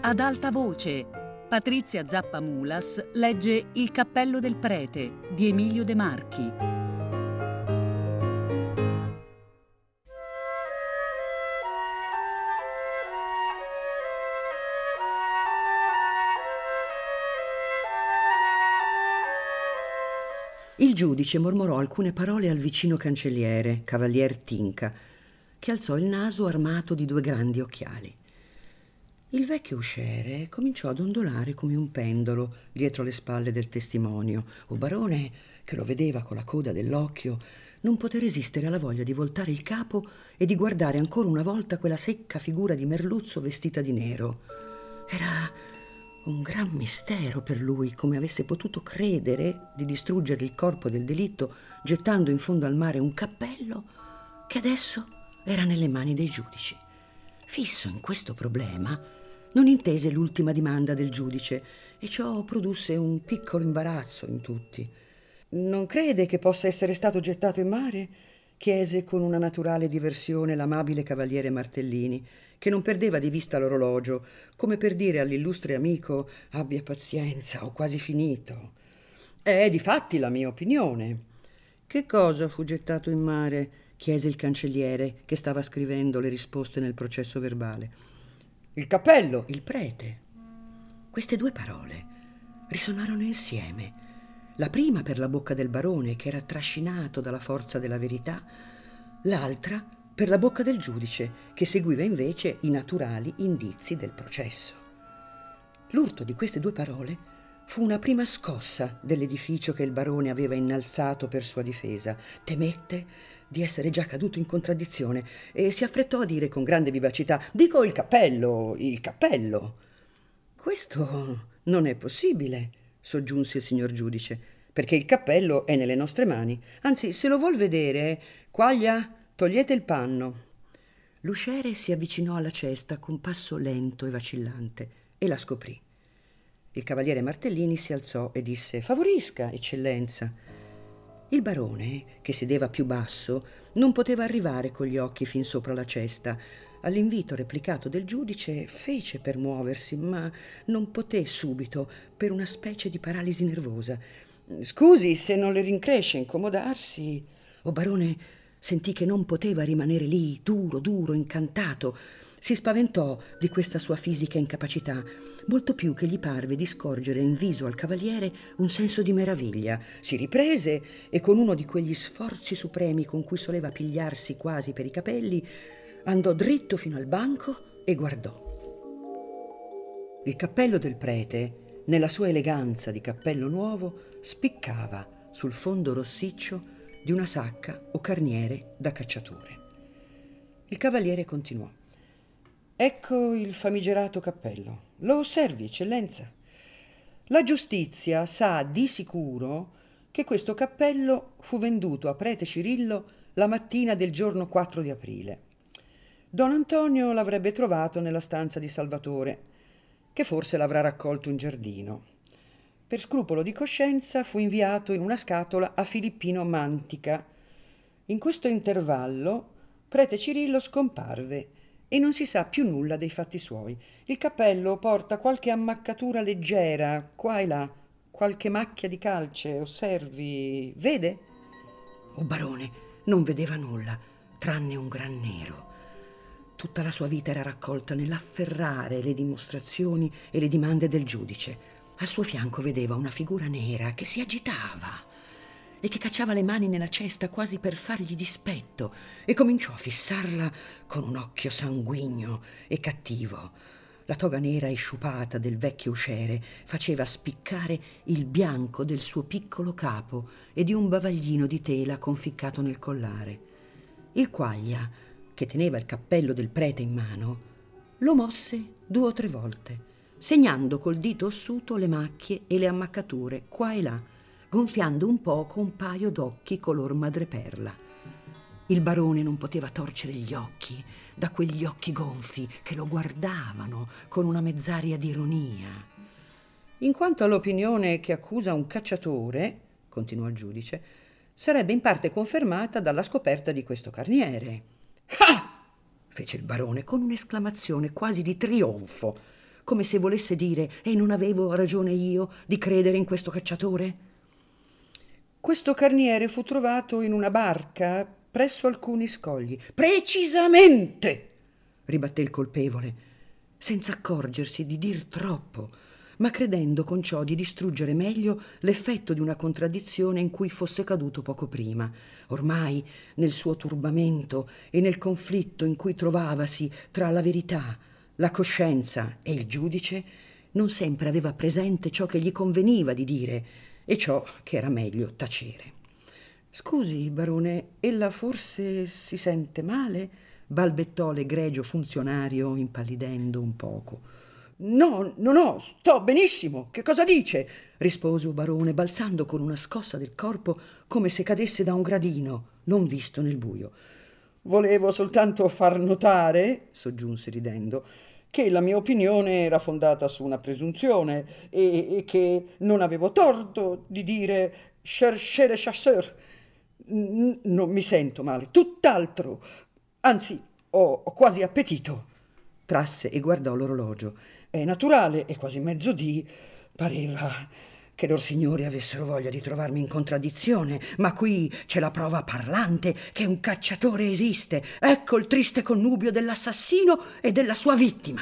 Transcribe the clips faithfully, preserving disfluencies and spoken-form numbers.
Ad alta voce, Patrizia Zappamulas legge Il cappello del prete di Emilio De Marchi. Il giudice mormorò alcune parole al vicino cancelliere, cavalier Tinca, che alzò il naso armato di due grandi occhiali. Il vecchio usciere cominciò ad ondolare come un pendolo dietro le spalle del testimonio. O barone, che lo vedeva con la coda dell'occhio, non poté resistere alla voglia di voltare il capo e di guardare ancora una volta quella secca figura di merluzzo vestita di nero. Era un gran mistero per lui come avesse potuto credere di distruggere il corpo del delitto gettando in fondo al mare un cappello che adesso era nelle mani dei giudici. Fisso in questo problema, non intese l'ultima dimanda del giudice e ciò produsse un piccolo imbarazzo in tutti. «Non crede che possa essere stato gettato in mare?» chiese con una naturale diversione l'amabile cavaliere Martellini, che non perdeva di vista l'orologio, come per dire all'illustre amico «abbia pazienza, ho quasi finito». «È difatti la mia opinione». «Che cosa fu gettato in mare?» chiese il cancelliere, che stava scrivendo le risposte nel processo verbale. «Il cappello, il prete». Queste due parole risuonarono insieme, la prima per la bocca del barone, che era trascinato dalla forza della verità, l'altra per la bocca del giudice, che seguiva invece i naturali indizi del processo. L'urto di queste due parole fu una prima scossa dell'edificio che il barone aveva innalzato per sua difesa. Temette di essere già caduto in contraddizione e si affrettò a dire con grande vivacità: «Dico il cappello, il cappello». «Questo non è possibile», soggiunse il signor giudice, «perché il cappello è nelle nostre mani. Anzi, se lo vuol vedere, quaglia, togliete il panno». L'usciere si avvicinò alla cesta con passo lento e vacillante e la scoprì. Il cavaliere Martellini si alzò e disse: «Favorisca, eccellenza». Il barone, che sedeva più basso, non poteva arrivare con gli occhi fin sopra la cesta. All'invito replicato del giudice fece per muoversi, ma non poté subito per una specie di paralisi nervosa. «Scusi se non le rincresce incomodarsi». O barone sentì che non poteva rimanere lì, duro, duro, incantato. Si spaventò di questa sua fisica incapacità, molto più che gli parve di scorgere in viso al cavaliere un senso di meraviglia. Si riprese e con uno di quegli sforzi supremi con cui soleva pigliarsi quasi per i capelli, andò dritto fino al banco e guardò. Il cappello del prete, nella sua eleganza di cappello nuovo, spiccava sul fondo rossiccio di una sacca o carniere da cacciatore. Il cavaliere continuò: «Ecco il famigerato cappello. Lo osservi, eccellenza? La giustizia sa di sicuro che questo cappello fu venduto a prete Cirillo la mattina del giorno quattro di aprile. Don Antonio l'avrebbe trovato nella stanza di Salvatore, che forse l'avrà raccolto in giardino. Per scrupolo di coscienza fu inviato in una scatola a Filippino Mantica. In questo intervallo prete Cirillo scomparve e non si sa più nulla dei fatti suoi. Il cappello porta qualche ammaccatura leggera, qua e là, qualche macchia di calce, osservi, vede?» O barone non vedeva nulla, tranne un gran nero. Tutta la sua vita era raccolta nell'afferrare le dimostrazioni e le dimande del giudice. Al suo fianco vedeva una figura nera che si agitava e che cacciava le mani nella cesta quasi per fargli dispetto, e cominciò a fissarla con un occhio sanguigno e cattivo. La toga nera e sciupata del vecchio usciere faceva spiccare il bianco del suo piccolo capo e di un bavaglino di tela conficcato nel collare. Il quaglia, che teneva il cappello del prete in mano, lo mosse due o tre volte, segnando col dito ossuto le macchie e le ammaccature qua e là, gonfiando un poco un paio d'occhi color madreperla. Il barone non poteva torcere gli occhi da quegli occhi gonfi che lo guardavano con una mezz'aria di ironia. «In quanto all'opinione che accusa un cacciatore», continuò il giudice, «sarebbe in parte confermata dalla scoperta di questo carniere». «Ah!» fece il barone con un'esclamazione quasi di trionfo. come se volesse dire: e non avevo ragione io di credere in questo cacciatore? Questo carniere fu trovato in una barca presso alcuni scogli. Precisamente, ribatté il colpevole, senza accorgersi di dir troppo, ma credendo con ciò di distruggere meglio l'effetto di una contraddizione in cui fosse caduto poco prima. Ormai, nel suo turbamento e nel conflitto in cui trovavasi tra la verità, la coscienza e il giudice, non sempre aveva presente ciò che gli conveniva di dire e ciò che era meglio tacere. «Scusi, barone, ella forse si sente male?» balbettò l'egregio funzionario impallidendo un poco. «No, no, no, sto benissimo. Che cosa dice?» rispose il barone, balzando con una scossa del corpo come se cadesse da un gradino, non visto nel buio. «Volevo soltanto far notare», soggiunse ridendo, «che la mia opinione era fondata su una presunzione e, e che non avevo torto di dire cherchez les chasseurs. N- non mi sento male, tutt'altro. Anzi, ho, ho quasi appetito». Trasse e guardò l'orologio. È naturale, è quasi mezzodì. Pareva che lor signori avessero voglia di trovarmi in contraddizione, ma qui c'è la prova parlante che un cacciatore esiste. Ecco il triste connubio dell'assassino e della sua vittima.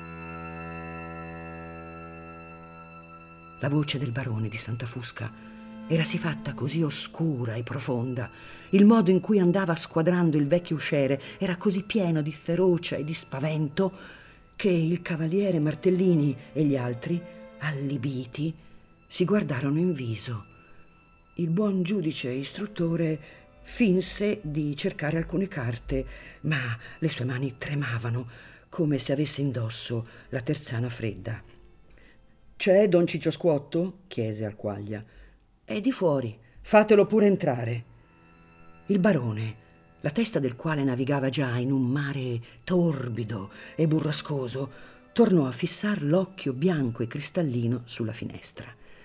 La voce del barone di Santa Fusca erasi fatta così oscura e profonda, il modo in cui andava squadrando il vecchio usciere era così pieno di ferocia e di spavento, che il cavaliere Martellini e gli altri, allibiti, si guardarono in viso. Il buon giudice istruttore finse di cercare alcune carte, ma le sue mani tremavano come se avesse indosso la terzana fredda. «C'è don Ciccio Squotto?» chiese al quaglia. «È di fuori, fatelo pure entrare». Il barone, la testa del quale navigava già in un mare torbido e burrascoso, tornò a fissar l'occhio bianco e cristallino sulla finestra.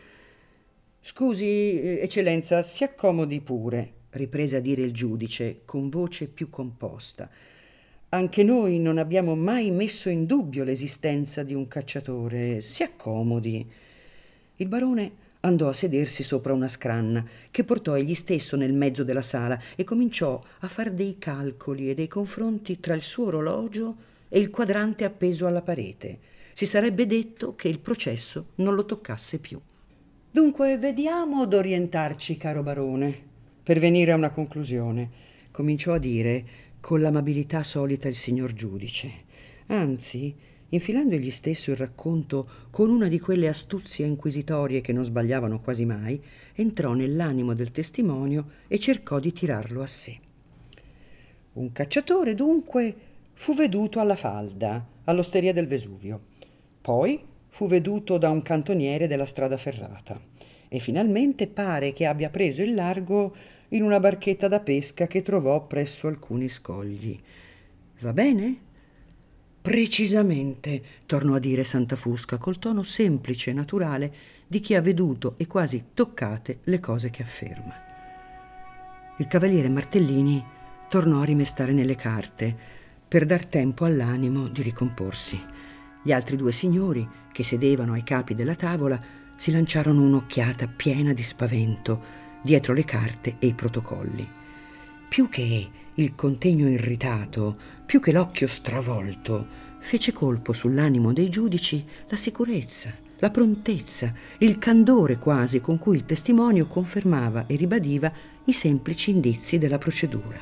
«Scusi, eccellenza, si accomodi pure», riprese a dire il giudice con voce più composta. «Anche noi non abbiamo mai messo in dubbio l'esistenza di un cacciatore. Si accomodi». Il barone andò a sedersi sopra una scranna che portò egli stesso nel mezzo della sala e cominciò a far dei calcoli e dei confronti tra il suo orologio e il quadrante appeso alla parete. Si sarebbe detto che il processo non lo toccasse più. «Dunque, vediamo d'orientarci, caro barone, per venire a una conclusione», cominciò a dire con l'amabilità solita il signor giudice. Anzi, infilando egli stesso il racconto con una di quelle astuzie inquisitorie che non sbagliavano quasi mai, entrò nell'animo del testimonio e cercò di tirarlo a sé. Un cacciatore, dunque, fu veduto alla falda, all'osteria del Vesuvio. Poi fu veduto da un cantoniere della strada ferrata e finalmente pare che abbia preso il largo in una barchetta da pesca che trovò presso alcuni scogli. Va bene? Precisamente, tornò a dire Santa Fusca col tono semplice e naturale di chi ha veduto e quasi toccate le cose che afferma. Il cavaliere Martellini tornò a rimestare nelle carte per dar tempo all'animo di ricomporsi. Gli altri due signori, che sedevano ai capi della tavola, si lanciarono un'occhiata piena di spavento dietro le carte e i protocolli. Più che il contegno irritato, più che l'occhio stravolto, fece colpo sull'animo dei giudici la sicurezza, la prontezza, il candore quasi con cui il testimonio confermava e ribadiva i semplici indizi della procedura.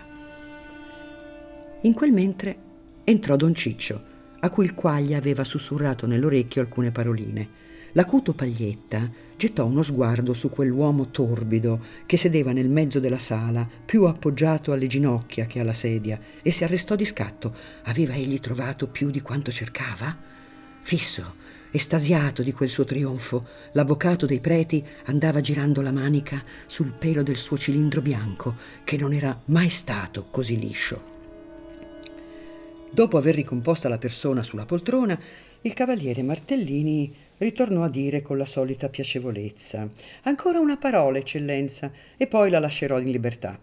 In quel mentre entrò don Ciccio, a cui il quaglia aveva sussurrato nell'orecchio alcune paroline. L'acuto Paglietta gettò uno sguardo su quell'uomo torbido che sedeva nel mezzo della sala, più appoggiato alle ginocchia che alla sedia, e si arrestò di scatto. Aveva egli trovato più di quanto cercava? Fisso, estasiato di quel suo trionfo, l'avvocato dei preti andava girando la manica sul pelo del suo cilindro bianco, che non era mai stato così liscio. Dopo aver ricomposta la persona sulla poltrona, il cavaliere Martellini ritornò a dire con la solita piacevolezza: «Ancora una parola, eccellenza, e poi la lascerò in libertà.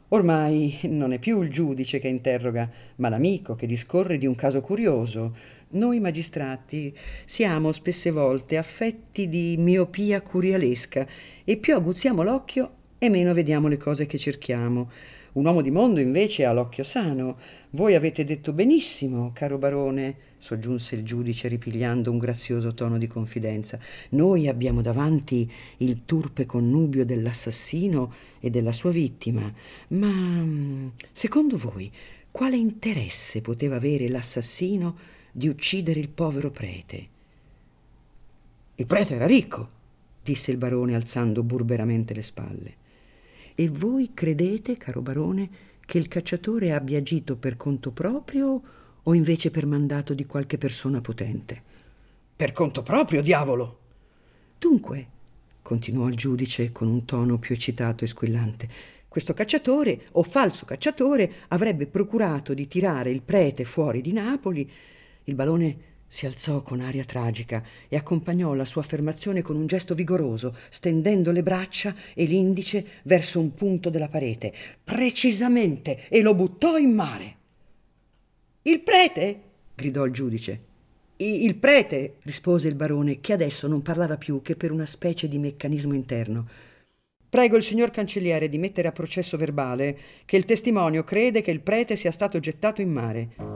Ormai non è più il giudice che interroga, ma l'amico che discorre di un caso curioso. Noi magistrati siamo spesse volte affetti di miopia curialesca e più aguzziamo l'occhio e meno vediamo le cose che cerchiamo. Un uomo di mondo invece ha l'occhio sano. Voi avete detto benissimo, caro barone, soggiunse il giudice ripigliando un grazioso tono di confidenza. Noi abbiamo davanti il turpe connubio dell'assassino e della sua vittima. Ma secondo voi quale interesse poteva avere l'assassino di uccidere il povero prete? Il prete era ricco, disse il barone alzando burberamente le spalle. E voi credete, caro barone, che il cacciatore abbia agito per conto proprio o invece per mandato di qualche persona potente? Per conto proprio, diavolo! Dunque, continuò il giudice con un tono più eccitato e squillante, questo cacciatore o falso cacciatore avrebbe procurato di tirare il prete fuori di Napoli. Il barone si alzò con aria tragica e accompagnò la sua affermazione con un gesto vigoroso, stendendo le braccia e l'indice verso un punto della parete. Precisamente, e lo buttò in mare. Il prete? Gridò il giudice. Il prete, rispose il barone, che adesso non parlava più che per una specie di meccanismo interno. Prego il signor cancelliere di mettere a processo verbale che il testimonio crede che il prete sia stato gettato in mare.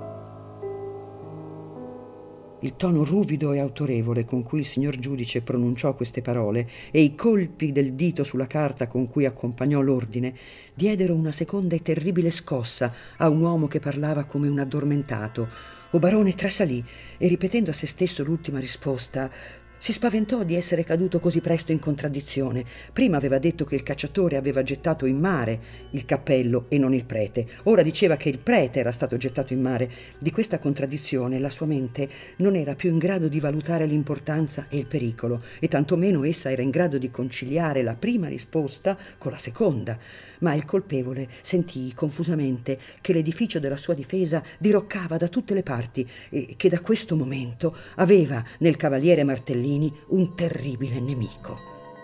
Il tono ruvido e autorevole con cui il signor giudice pronunciò queste parole e i colpi del dito sulla carta con cui accompagnò l'ordine diedero una seconda e terribile scossa a un uomo che parlava come un addormentato. O barone trasalì e, ripetendo a se stesso l'ultima risposta, si spaventò di essere caduto così presto in contraddizione. Prima aveva detto che il cacciatore aveva gettato in mare il cappello e non il prete. Ora diceva che il prete era stato gettato in mare. Di questa contraddizione la sua mente non era più in grado di valutare l'importanza e il pericolo, e tantomeno essa era in grado di conciliare la prima risposta con la seconda. Ma il colpevole sentì confusamente che l'edificio della sua difesa diroccava da tutte le parti e che da questo momento aveva nel cavaliere Martellini un terribile nemico.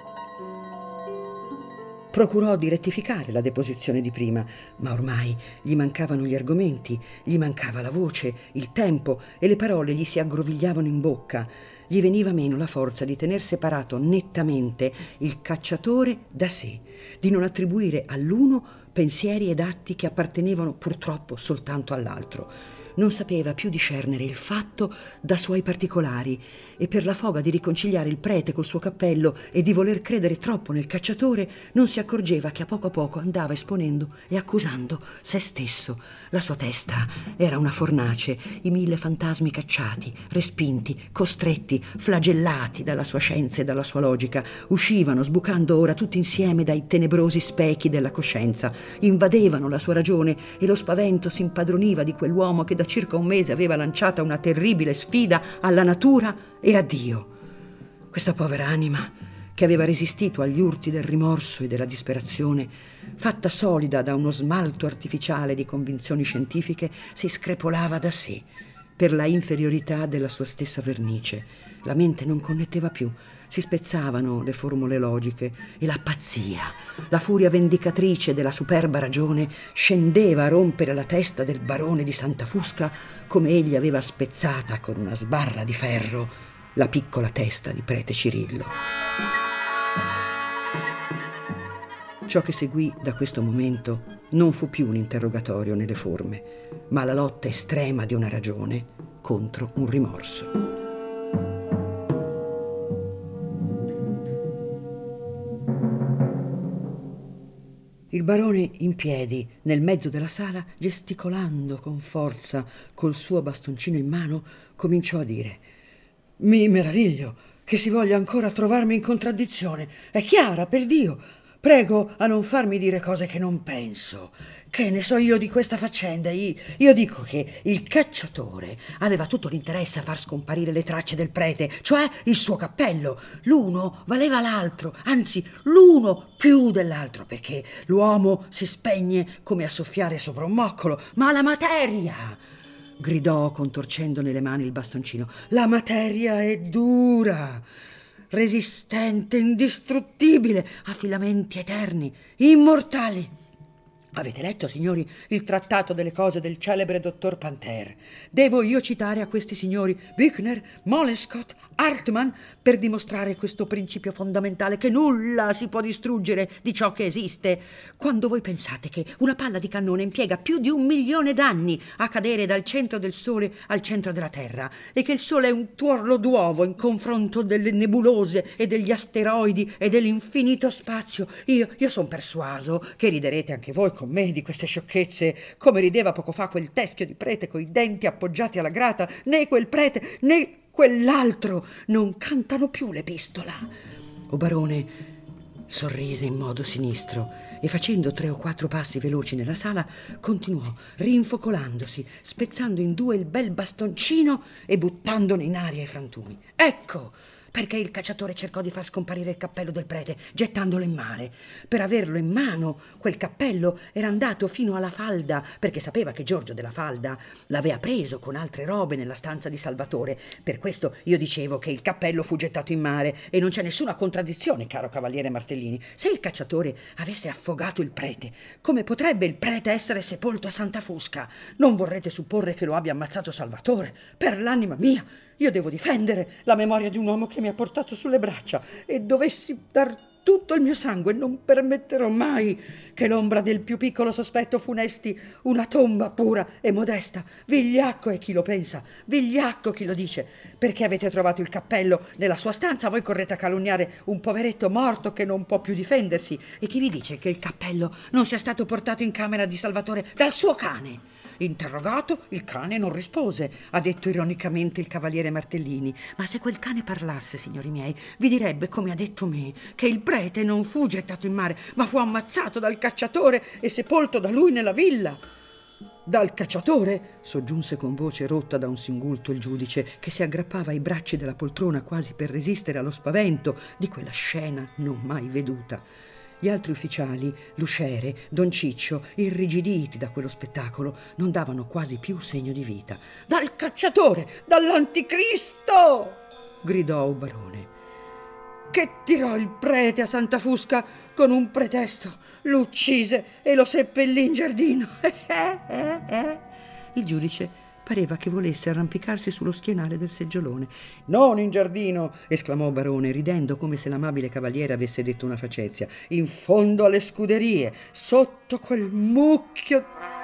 Procurò di rettificare la deposizione di prima, ma ormai gli mancavano gli argomenti, gli mancava la voce, il tempo e le parole gli si aggrovigliavano in bocca. Gli veniva meno la forza di tener separato nettamente il cacciatore da sé, di non attribuire all'uno pensieri ed atti che appartenevano purtroppo soltanto all'altro. Non sapeva più discernere il fatto da suoi particolari e per la foga di riconciliare il prete col suo cappello e di voler credere troppo nel cacciatore non si accorgeva che a poco a poco andava esponendo e accusando se stesso. La sua testa era una fornace, i mille fantasmi cacciati, respinti, costretti, flagellati dalla sua scienza e dalla sua logica, uscivano sbucando ora tutti insieme dai tenebrosi specchi della coscienza, invadevano la sua ragione e lo spavento si impadroniva di quell'uomo che da circa un mese aveva lanciata una terribile sfida alla natura e a Dio. Questa povera anima, che aveva resistito agli urti del rimorso e della disperazione, fatta solida da uno smalto artificiale di convinzioni scientifiche, si screpolava da sé per la inferiorità della sua stessa vernice. La mente non connetteva più, si spezzavano le formule logiche e la pazzia, la furia vendicatrice della superba ragione scendeva a rompere la testa del barone di Santa Fusca come egli aveva spezzata con una sbarra di ferro la piccola testa di prete Cirillo. Ciò che seguì da questo momento non fu più un interrogatorio nelle forme, ma la lotta estrema di una ragione contro un rimorso. Il barone in piedi nel mezzo della sala, gesticolando con forza col suo bastoncino in mano, cominciò a dire: «Mi meraviglio che si voglia ancora trovarmi in contraddizione. È chiara, per Dio. Prego a non farmi dire cose che non penso. Che ne so io di questa faccenda? Io dico che il cacciatore aveva tutto l'interesse a far scomparire le tracce del prete, cioè il suo cappello. L'uno valeva l'altro, anzi l'uno più dell'altro, perché l'uomo si spegne come a soffiare sopra un moccolo, ma la materia, gridò contorcendo nelle mani il bastoncino, la materia è dura, resistente, indistruttibile, ha filamenti eterni, immortali. Avete letto, signori, il trattato delle cose del celebre dottor Panter? Devo io citare a questi signori Büchner, Moleskot, Hartmann per dimostrare questo principio fondamentale che nulla si può distruggere di ciò che esiste. Quando voi pensate che una palla di cannone impiega più di un milione d'anni a cadere dal centro del Sole al centro della Terra e che il Sole è un tuorlo d'uovo in confronto delle nebulose e degli asteroidi e dell'infinito spazio, io, io sono persuaso che riderete anche voi con me di queste sciocchezze, come rideva poco fa quel teschio di prete coi denti appoggiati alla grata. Né quel prete né quell'altro non cantano più l'epistola. O barone sorrise in modo sinistro e facendo tre o quattro passi veloci nella sala continuò rinfocolandosi, spezzando in due il bel bastoncino e buttandone in aria i frantumi. Ecco perché il cacciatore cercò di far scomparire il cappello del prete, gettandolo in mare. Per averlo in mano, quel cappello era andato fino alla falda, perché sapeva che Giorgio della Falda l'aveva preso con altre robe nella stanza di Salvatore. Per questo io dicevo che il cappello fu gettato in mare e non c'è nessuna contraddizione, caro cavaliere Martellini. Se il cacciatore avesse affogato il prete, come potrebbe il prete essere sepolto a Santa Fusca? Non vorrete supporre che lo abbia ammazzato Salvatore? Per l'anima mia! Io devo difendere la memoria di un uomo che mi ha portato sulle braccia e dovessi dar tutto il mio sangue. Non permetterò mai che l'ombra del più piccolo sospetto funesti una tomba pura e modesta. Vigliacco è chi lo pensa, vigliacco chi lo dice. Perché avete trovato il cappello nella sua stanza, voi correte a calunniare un poveretto morto che non può più difendersi. E chi vi dice che il cappello non sia stato portato in camera di Salvatore dal suo cane? Interrogato, il cane non rispose, ha detto ironicamente il cavaliere Martellini. Ma se quel cane parlasse, signori miei, vi direbbe, come ha detto me, che il prete non fu gettato in mare, ma fu ammazzato dal cacciatore e sepolto da lui nella villa. Dal cacciatore? Soggiunse con voce rotta da un singulto il giudice, che si aggrappava ai bracci della poltrona quasi per resistere allo spavento di quella scena non mai veduta. Gli altri ufficiali, l'usciere, Don Ciccio, irrigiditi da quello spettacolo, non davano quasi più segno di vita. «Dal cacciatore! Dall'anticristo!» gridò un barone, che tirò il prete a Santa Fusca con un pretesto, lo uccise e lo seppellì in giardino. Il giudice pareva che volesse arrampicarsi sullo schienale del seggiolone. «Non in giardino!» esclamò barone, ridendo come se l'amabile cavaliere avesse detto una facezia. «In fondo alle scuderie, sotto quel mucchio...»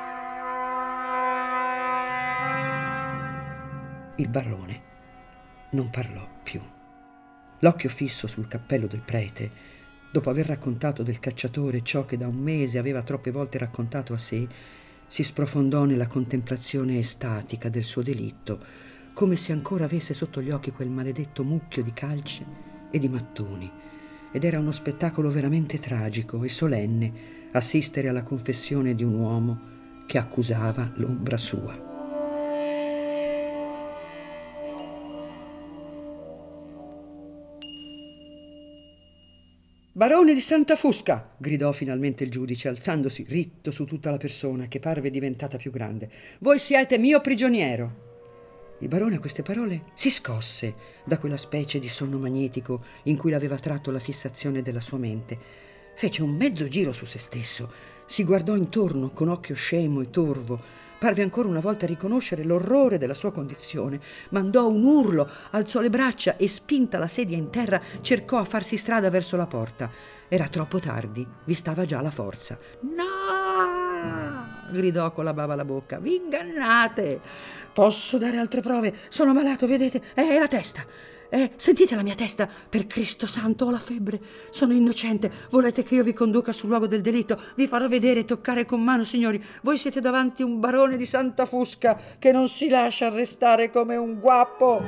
Il barone non parlò più. L'occhio fisso sul cappello del prete, dopo aver raccontato del cacciatore ciò che da un mese aveva troppe volte raccontato a sé, si sprofondò nella contemplazione estatica del suo delitto, come se ancora avesse sotto gli occhi quel maledetto mucchio di calce e di mattoni. Ed era uno spettacolo veramente tragico e solenne assistere alla confessione di un uomo che accusava l'ombra sua. «Barone di Santa Fusca!» gridò finalmente il giudice, alzandosi ritto su tutta la persona, che parve diventata più grande. «Voi siete mio prigioniero!» Il barone a queste parole si scosse da quella specie di sonno magnetico in cui l'aveva tratto la fissazione della sua mente. Fece un mezzo giro su se stesso, si guardò intorno con occhio scemo e torvo, parve ancora una volta riconoscere l'orrore della sua condizione, mandò un urlo, alzò le braccia e, spinta la sedia in terra, cercò a farsi strada verso la porta. Era troppo tardi, vi stava già la forza. «No!» gridò con la bava alla bocca. «Vi ingannate! Posso dare altre prove? Sono malato, vedete? È la testa! Eh, sentite la mia testa, per Cristo santo, ho la febbre, sono innocente, volete che io vi conduca sul luogo del delitto? Vi farò vedere e toccare con mano, signori, voi siete davanti un barone di Santa Fusca che non si lascia arrestare come un guappo!»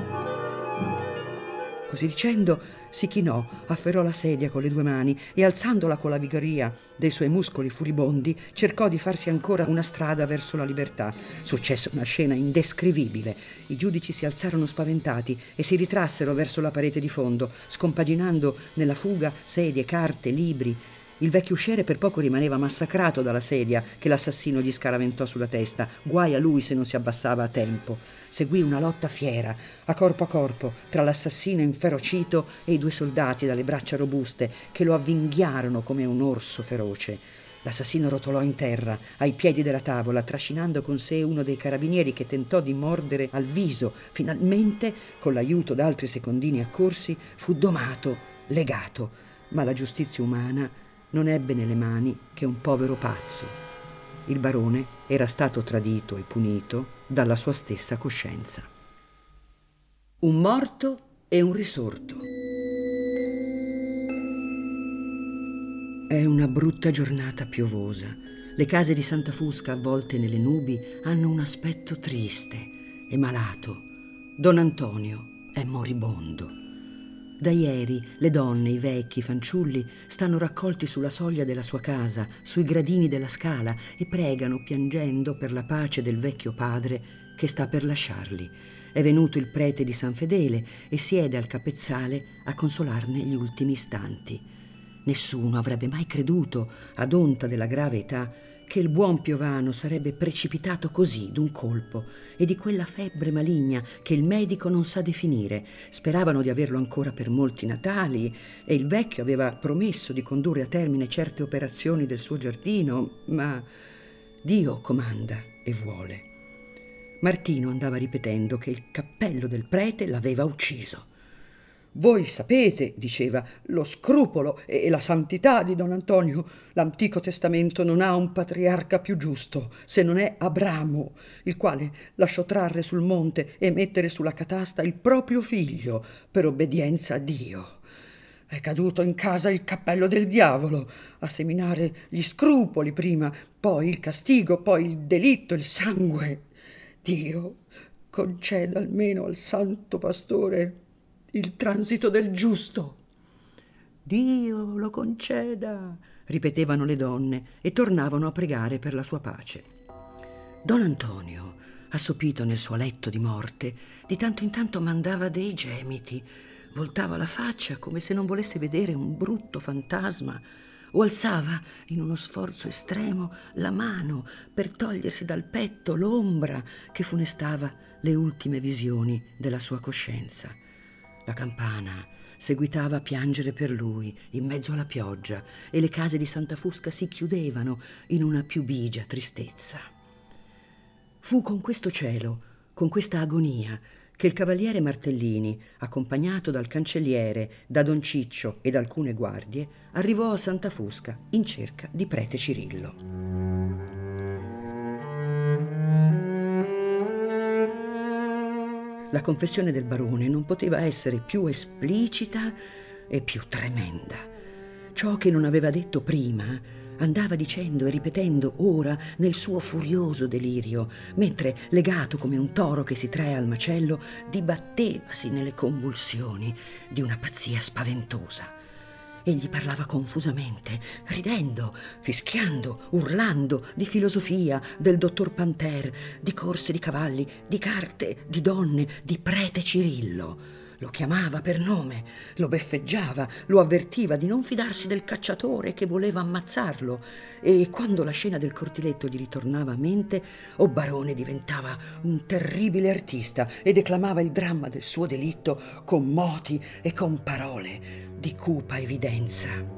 Così dicendo si chinò, afferrò la sedia con le due mani e, alzandola con la vigoria dei suoi muscoli furibondi, cercò di farsi ancora una strada verso la libertà. Successe una scena indescrivibile. I giudici si alzarono spaventati e si ritrassero verso la parete di fondo, scompaginando nella fuga sedie, carte, libri. Il vecchio usciere per poco rimaneva massacrato dalla sedia che l'assassino gli scaraventò sulla testa. Guai a lui se non si abbassava a tempo. Seguì una lotta fiera, a corpo a corpo, tra l'assassino inferocito e i due soldati dalle braccia robuste che lo avvinghiarono come un orso feroce. L'assassino rotolò in terra, ai piedi della tavola, trascinando con sé uno dei carabinieri che tentò di mordere al viso. Finalmente, con l'aiuto d'altri secondini accorsi, fu domato, legato, ma la giustizia umana non ebbe nelle mani che un povero pazzo. Il barone era stato tradito e punito dalla sua stessa coscienza. Un morto e un risorto. È una brutta giornata piovosa. Le case di Santa Fusca, avvolte nelle nubi, hanno un aspetto triste e malato. Don Antonio è moribondo. Da ieri le donne, i vecchi, i fanciulli stanno raccolti sulla soglia della sua casa, sui gradini della scala, e pregano piangendo per la pace del vecchio padre che sta per lasciarli. È venuto il prete di San Fedele e siede al capezzale a consolarne gli ultimi istanti. Nessuno avrebbe mai creduto, ad onta della grave età, che il buon Piovano sarebbe precipitato così d'un colpo, e di quella febbre maligna che il medico non sa definire. Speravano di averlo ancora per molti Natali, e il vecchio aveva promesso di condurre a termine certe operazioni del suo giardino, ma Dio comanda e vuole. Martino andava ripetendo che il cappello del prete l'aveva ucciso. «Voi sapete», diceva, «lo scrupolo e la santità di Don Antonio. L'Antico Testamento non ha un patriarca più giusto, se non è Abramo, il quale lasciò trarre sul monte e mettere sulla catasta il proprio figlio per obbedienza a Dio. È caduto in casa il cappello del diavolo, a seminare gli scrupoli prima, poi il castigo, poi il delitto, il sangue. Dio conceda almeno al santo pastore il transito del giusto». «Dio lo conceda», ripetevano le donne e tornavano a pregare per la sua pace. Don Antonio, assopito nel suo letto di morte, di tanto in tanto mandava dei gemiti, voltava la faccia come se non volesse vedere un brutto fantasma, o alzava in uno sforzo estremo la mano per togliersi dal petto l'ombra che funestava le ultime visioni della sua coscienza. La campana seguitava a piangere per lui in mezzo alla pioggia, e le case di Santa Fusca si chiudevano in una più bigia tristezza. Fu con questo cielo, con questa agonia, che il cavaliere Martellini, accompagnato dal cancelliere, da Don Ciccio e da alcune guardie, arrivò a Santa Fusca in cerca di prete Cirillo. La confessione del barone non poteva essere più esplicita e più tremenda. Ciò che non aveva detto prima andava dicendo e ripetendo ora nel suo furioso delirio, mentre, legato come un toro che si trae al macello, dibattevasi nelle convulsioni di una pazzia spaventosa. Egli parlava confusamente, ridendo, fischiando, urlando di filosofia, del dottor Panter, di corse di cavalli, di carte, di donne, di prete Cirillo. Lo chiamava per nome, lo beffeggiava, lo avvertiva di non fidarsi del cacciatore che voleva ammazzarlo, e quando la scena del cortiletto gli ritornava a mente, o barone diventava un terribile artista e declamava il dramma del suo delitto con moti e con parole di cupa evidenza.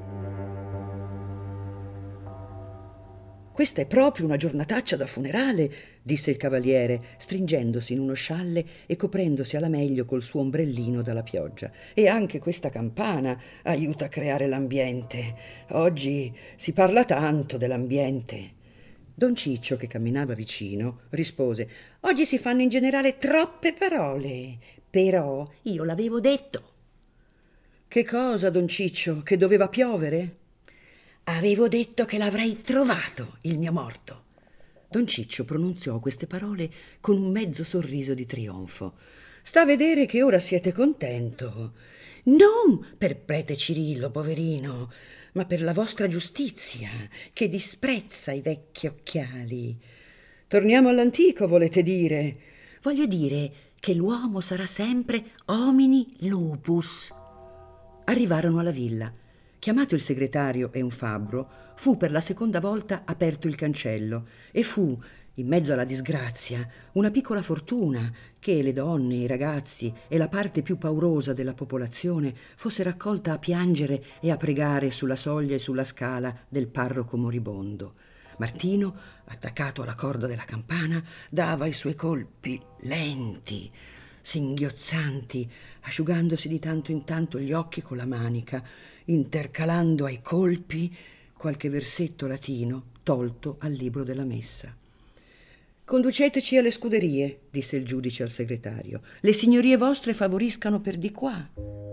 «Questa è proprio una giornataccia da funerale», disse il cavaliere, stringendosi in uno scialle e coprendosi alla meglio col suo ombrellino dalla pioggia. «E anche questa campana aiuta a creare l'ambiente. Oggi si parla tanto dell'ambiente». Don Ciccio, che camminava vicino, rispose: «Oggi si fanno in generale troppe parole, però io l'avevo detto». «Che cosa, Don Ciccio? Che doveva piovere?» «Avevo detto che l'avrei trovato, il mio morto». Don Ciccio pronunziò queste parole con un mezzo sorriso di trionfo. «Sta a vedere che ora siete contento. Non per prete Cirillo, poverino, ma per la vostra giustizia, che disprezza i vecchi occhiali. Torniamo all'antico, volete dire?» «Voglio dire che l'uomo sarà sempre homini lupus». Arrivarono alla villa. Chiamato il segretario e un fabbro, fu per la seconda volta aperto il cancello e fu, in mezzo alla disgrazia, una piccola fortuna che le donne, i ragazzi e la parte più paurosa della popolazione fosse raccolta a piangere e a pregare sulla soglia e sulla scala del parroco moribondo. Martino, attaccato alla corda della campana, dava i suoi colpi lenti, singhiozzanti, asciugandosi di tanto in tanto gli occhi con la manica, intercalando ai colpi qualche versetto latino tolto al libro della messa. «Conduceteci alle scuderie», disse il giudice al segretario. «Le signorie vostre favoriscano per di qua».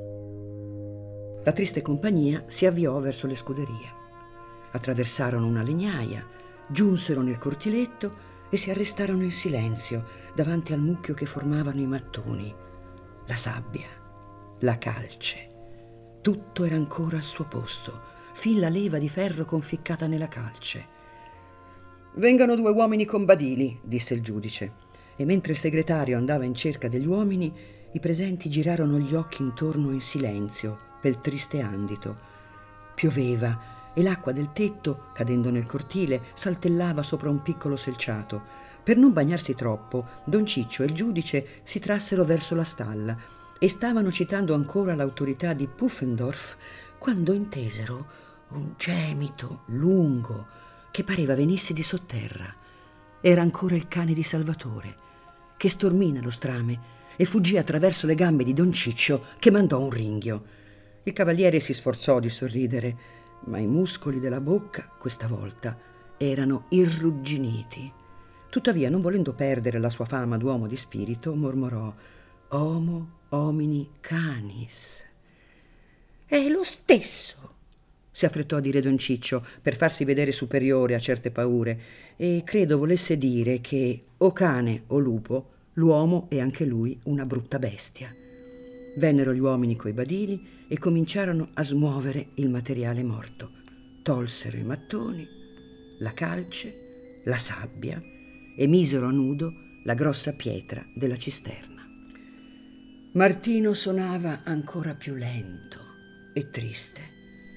La triste compagnia si avviò verso le scuderie. Attraversarono una legnaia, giunsero nel cortiletto e si arrestarono in silenzio davanti al mucchio che formavano i mattoni, la sabbia, la calce. Tutto era ancora al suo posto, fin la leva di ferro conficcata nella calce. «Vengano due uomini con badili», disse il giudice, e mentre il segretario andava in cerca degli uomini, i presenti girarono gli occhi intorno in silenzio pel triste andito. Pioveva e l'acqua del tetto, cadendo nel cortile, saltellava sopra un piccolo selciato. Per non bagnarsi troppo, don Ciccio e il giudice si trassero verso la stalla e stavano citando ancora l'autorità di Pufendorf quando intesero un gemito lungo che pareva venisse di sotterra. Era ancora il cane di Salvatore, che stormì nello strame e fuggì attraverso le gambe di don Ciccio, che mandò un ringhio. Il cavaliere si sforzò di sorridere, ma i muscoli della bocca, questa volta, erano irrugginiti. Tuttavia, non volendo perdere la sua fama d'uomo di spirito, mormorò: «Homo homini canis». «È lo stesso», si affrettò a dire don Ciccio per farsi vedere superiore a certe paure, e credo volesse dire che, o cane o lupo, l'uomo è anche lui una brutta bestia. Vennero gli uomini coi badili e cominciarono a smuovere il materiale morto. Tolsero i mattoni, la calce, la sabbia e misero a nudo la grossa pietra della cisterna. Martino sonava ancora più lento e triste.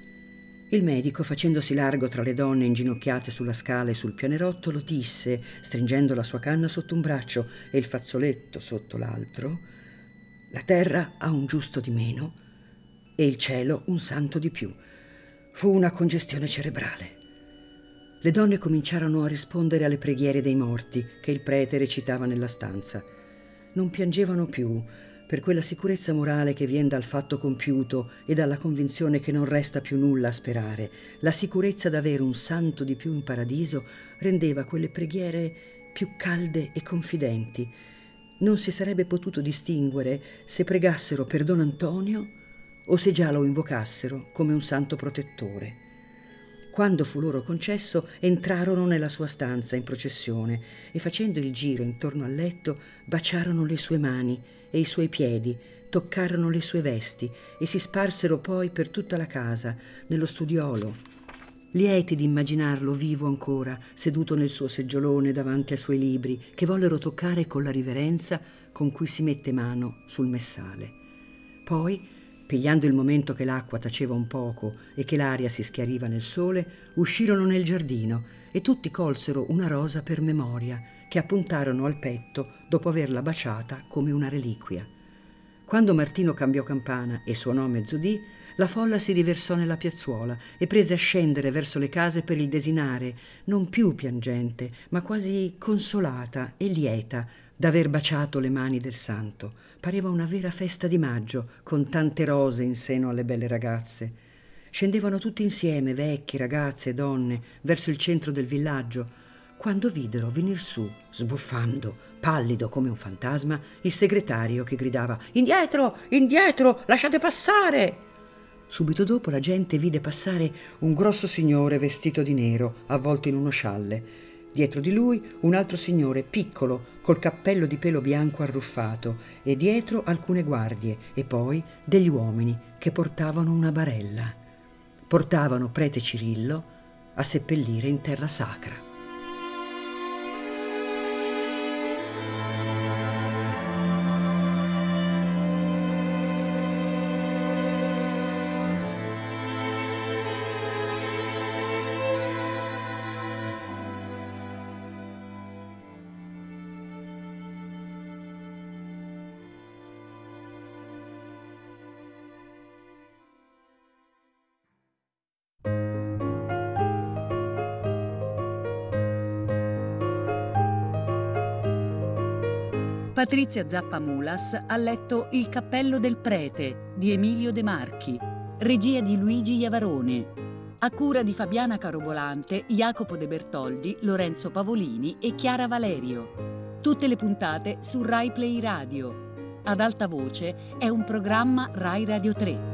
Il medico, facendosi largo tra le donne inginocchiate sulla scala e sul pianerottolo, disse, stringendo la sua canna sotto un braccio e il fazzoletto sotto l'altro: «La terra ha un giusto di meno e il cielo un santo di più. Fu una congestione cerebrale». Le donne cominciarono a rispondere alle preghiere dei morti che il prete recitava nella stanza. Non piangevano più, per quella sicurezza morale che viene dal fatto compiuto e dalla convinzione che non resta più nulla a sperare. La sicurezza d'avere un santo di più in paradiso rendeva quelle preghiere più calde e confidenti. Non si sarebbe potuto distinguere se pregassero per Don Antonio o se già lo invocassero come un santo protettore. Quando fu loro concesso, entrarono nella sua stanza in processione e, facendo il giro intorno al letto, baciarono le sue mani e i suoi piedi, toccarono le sue vesti e si sparsero poi per tutta la casa, nello studiolo, lieti di immaginarlo vivo ancora, seduto nel suo seggiolone davanti ai suoi libri, che vollero toccare con la riverenza con cui si mette mano sul messale. Poi, pigliando il momento che l'acqua taceva un poco e che l'aria si schiariva nel sole, uscirono nel giardino e tutti colsero una rosa per memoria, che appuntarono al petto dopo averla baciata come una reliquia. Quando Martino cambiò campana e suonò mezzodì, la folla si riversò nella piazzuola e prese a scendere verso le case per il desinare, non più piangente, ma quasi consolata e lieta d'aver baciato le mani del santo. Pareva una vera festa di maggio, con tante rose in seno alle belle ragazze. Scendevano tutti insieme, vecchi, ragazze e donne, verso il centro del villaggio, quando videro venir su, sbuffando, pallido come un fantasma, il segretario che gridava: «Indietro, indietro, lasciate passare!» Subito dopo la gente vide passare un grosso signore vestito di nero, avvolto in uno scialle. Dietro di lui un altro signore piccolo, col cappello di pelo bianco arruffato, e dietro alcune guardie, e poi degli uomini che portavano una barella. Portavano prete Cirillo a seppellire in terra sacra. Patrizia Zappamulas ha letto Il cappello del prete di Emilio De Marchi, regia di Luigi Iavarone, a cura di Fabiana Carobolante, Jacopo De Bertoldi, Lorenzo Pavolini e Chiara Valerio. Tutte le puntate su Rai Play Radio. Ad alta voce è un programma Rai Radio tre.